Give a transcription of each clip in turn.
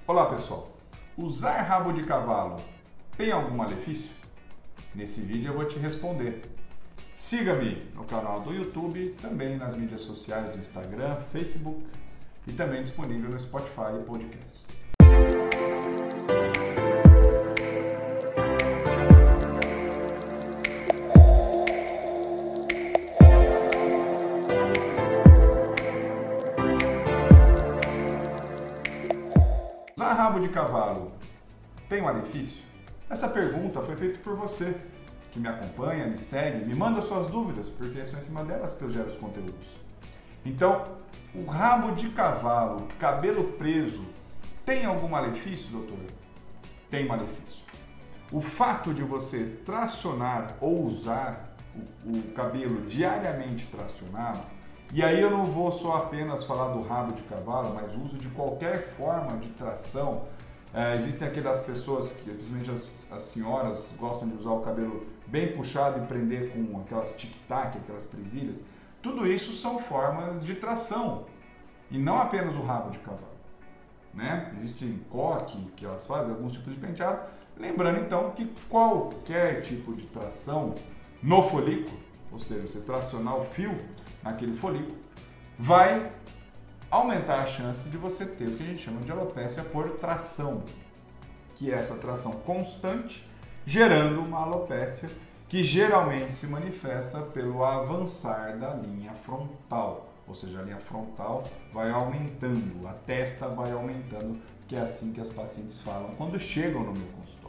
Olá pessoal, usar rabo de cavalo tem algum malefício? Nesse vídeo eu vou te responder. Siga-me no canal do YouTube, também nas mídias sociais do Instagram, Facebook e também disponível no Spotify e Podcasts. Usar rabo de cavalo tem malefício? Essa pergunta foi feita por você, que me acompanha, me segue, me manda suas dúvidas, porque são em cima delas que eu gero os conteúdos. Então, o rabo de cavalo, cabelo preso, tem algum malefício, doutor? Tem malefício. O fato de você tracionar ou usar o cabelo diariamente tracionado, e aí eu não vou só apenas falar do rabo de cavalo, mas uso de qualquer forma de tração. Existem aquelas pessoas, que principalmente as senhoras, gostam de usar o cabelo bem puxado e prender com aquelas tic-tac, aquelas presilhas. Tudo isso são formas de tração e não apenas o rabo de cavalo, né? Existe coque que elas fazem, alguns tipos de penteado. Lembrando então que qualquer tipo de tração no folículo, ou seja, você tracionar o fio naquele folículo, vai aumentar a chance de você ter o que a gente chama de alopécia por tração, que é essa tração constante, gerando uma alopécia que geralmente se manifesta pelo avançar da linha frontal, ou seja, a linha frontal vai aumentando, a testa vai aumentando, que é assim que as pacientes falam quando chegam no meu consultório.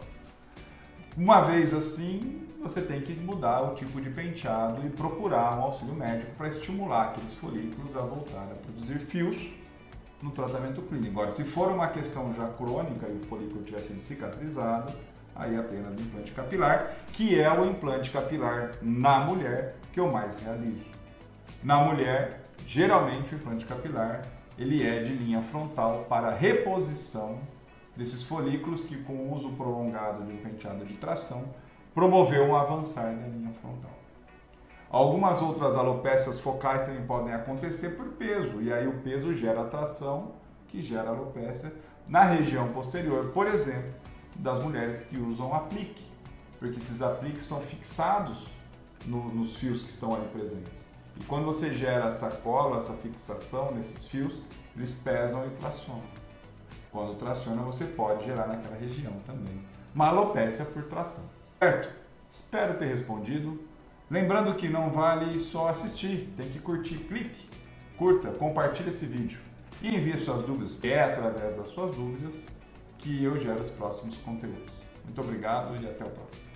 Uma vez assim, você tem que mudar o tipo de penteado e procurar um auxílio médico para estimular aqueles folículos a voltar a produzir fios no tratamento clínico. Agora, se for uma questão já crônica e o folículo tiver sido cicatrizado, aí apenas implante capilar, que é o implante capilar na mulher que eu mais realizo. Na mulher, geralmente o implante capilar ele é de linha frontal para reposição desses folículos que, com o uso prolongado de um penteado de tração, promoveu um avançar da linha frontal. Algumas outras alopécias focais também podem acontecer por peso, e aí o peso gera tração, que gera alopécia na região posterior, por exemplo, das mulheres que usam aplique, porque esses apliques são fixados nos fios que estão ali presentes. E quando você gera essa cola, essa fixação nesses fios, eles pesam e tracionam. Quando traciona, você pode gerar naquela região também uma alopécia por tração. Certo? Espero ter respondido. Lembrando que não vale só assistir, tem que curtir, clique, curta, compartilhe esse vídeo e envie suas dúvidas. É através das suas dúvidas que eu gero os próximos conteúdos. Muito obrigado e até o próximo.